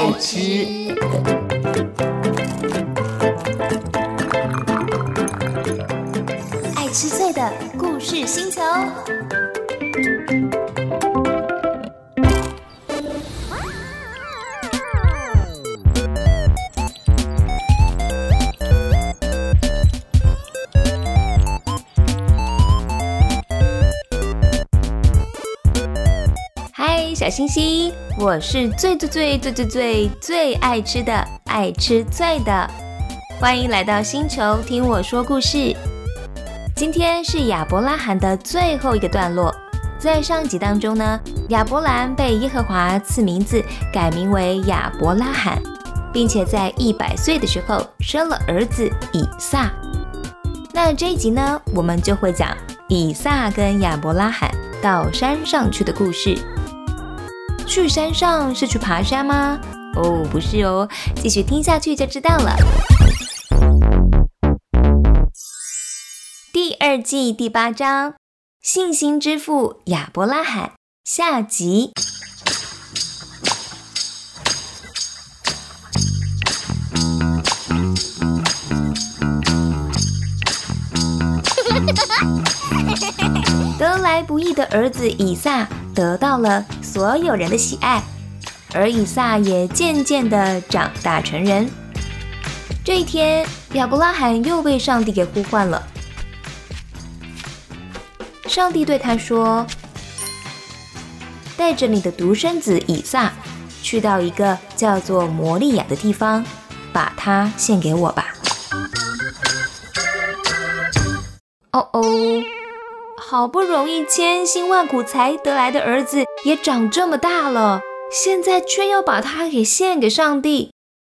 爱吃。爱吃脆的故事星球。嗨，小星星，我是最爱吃的爱吃脆的，欢迎来到星球听我说故事。今天是亚伯拉罕的最后一个段落，在上集当中呢，亚伯兰被耶和华赐名字，改名为亚伯拉罕，并且在100岁的时候生了儿子以撒。那这一集呢，我们就会讲以撒跟亚伯拉罕到山上去的故事。去山上是去爬山吗？哦，不是哦，继续听下去就知道了。第2季第8章，信心之父亚伯拉罕下集。得来不易的儿子以撒得到了所有人的喜爱，而以撒也渐渐地长大成人。这一天，亚伯拉罕又被上帝给呼唤了。上帝对他说：带着你的独生子以撒去到一个叫做摩利亚的地方，把他献给我吧。哦哦，好不容易千辛万苦才得来的儿子也长这么大了，现在却要把他给献给上帝。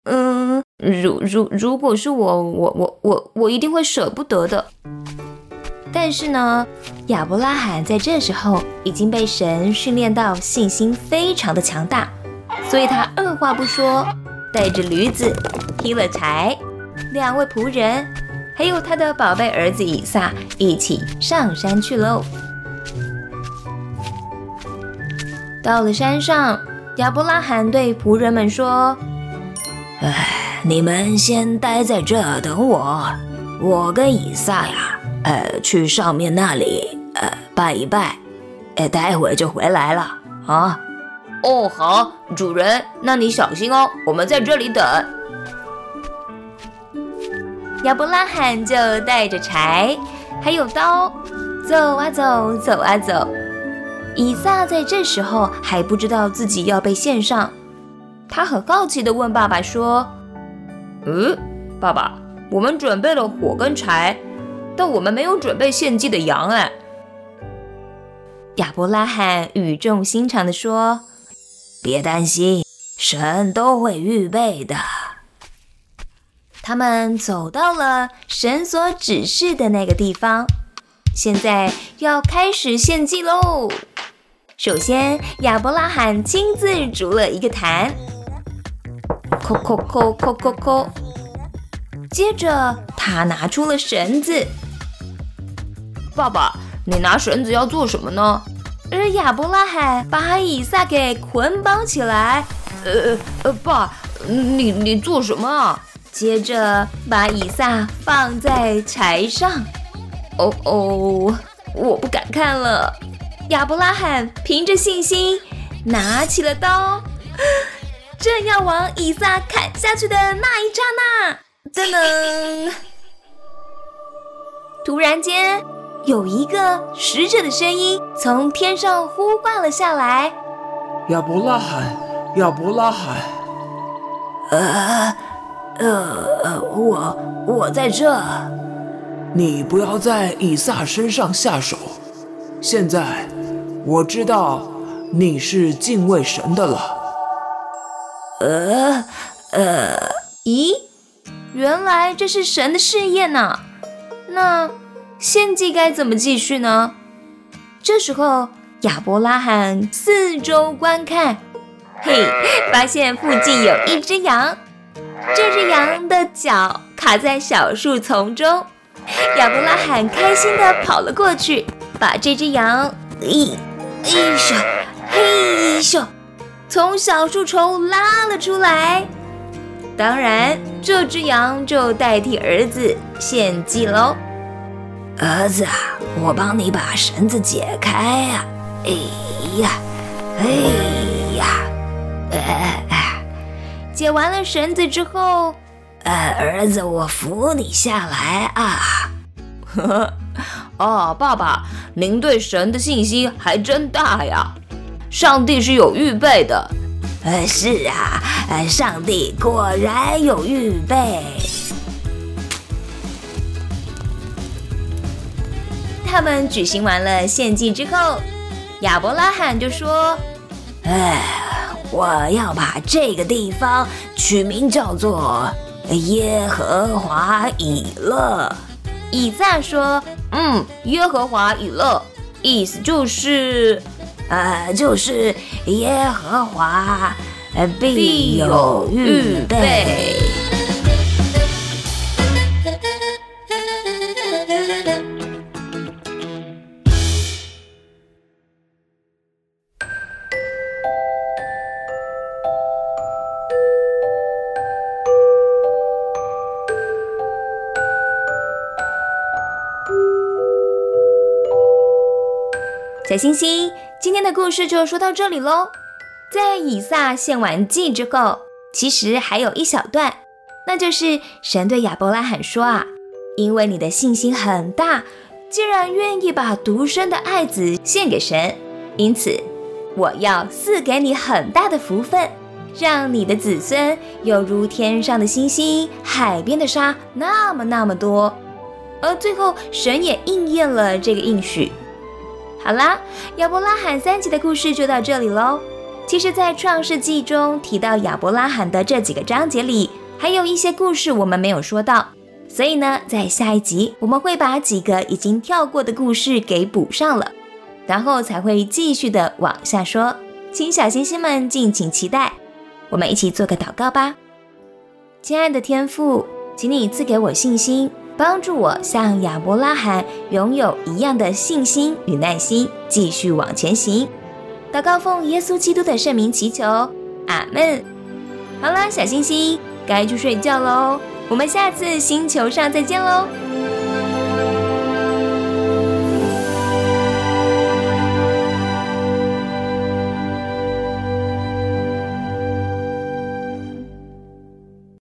如果是我一定会舍不得的。但是呢，亚伯拉罕在这时候已经被神训练到信心非常的强大，所以他二话不说，带着驴子、劈了柴、2位仆人，还有他的宝贝儿子以撒一起上山去喽。到了山上，亚伯拉罕对仆人们说：你们先待在这等我跟以撒呀，去上面那里拜一拜，待会就回来了啊。 哦，好，主人，那你小心哦，我们在这里等。 亚伯拉罕就带着柴还有刀，走啊走，走啊走。以撒在这时候还不知道自己要被献上，他很好奇地问爸爸说： 爸爸，我们准备了火跟柴，但我们没有准备献祭的羊哎。 亚伯拉罕语重心长地说：别担心，神都会预备的。他们走到了神所指示的那个地方，现在要开始献祭喽。首先，亚伯拉罕亲自筑了一个坛，叩叩叩叩叩叩。接着，他拿出了绳子。 爸爸，你拿绳子要做什么呢？ 而亚伯拉罕把以撒给捆绑起来。 爸，你做什么啊？ 接着把以撒放在柴上。我不敢看了。亚伯拉罕凭着信心拿起了刀，正要往以撒砍下去的那一刹那，噔噔！突然间，有一个使者的声音从天上呼唤了下来： 亚伯拉罕，亚伯拉罕。 我在这。 你不要在以撒身上下手。现在我知道你是敬畏神的了。 咦，原来这是神的试验呐。那献祭该怎么继续呢？这时候，亚伯拉罕四周观看，发现附近有一只羊。这只羊的脚卡在小树丛中，亚伯拉罕开心地跑了过去，把这只羊嘿咻从小树丛拉了出来。当然，这只羊就代替儿子献祭喽。 儿子啊，我帮你把绳子解开啊！哎呀，哎呀， 解完了绳子之后， 儿子，我扶你下来啊！ 哦，爸爸，您对神的信心还真大呀！上帝是有预备的。 是啊，上帝果然有预备。 他们举行完了献祭之后，亚伯拉罕就说： 我要把这个地方取名叫做耶和华以勒。 以撒说： 耶和华以勒，意思就是耶和华必有预备。 小星星，今天的故事就说到这里咯。在以撒献完祭之后，其实还有一小段，那就是神对亚伯拉罕说因为你的信心很大，既然愿意把独生的爱子献给神，因此我要赐给你很大的福分，让你的子孙有如天上的星星，海边的沙那么多。而最后神也应验了这个应许。好啦，亚伯拉罕3集的故事就到这里咯。其实在创世纪中提到亚伯拉罕的这几个章节里，还有一些故事我们没有说到，所以呢，在下一集我们会把几个已经跳过的故事给补上了，然后才会继续的往下说，请小星星们敬请期待。我们一起做个祷告吧。亲爱的天父，请你赐给我信心，帮助我像亚伯拉罕拥有一样的信心与耐心，继续往前行。祷告奉耶稣基督的圣名祈求，阿们。好了，小星星该去睡觉咯，我们下次星球上再见咯。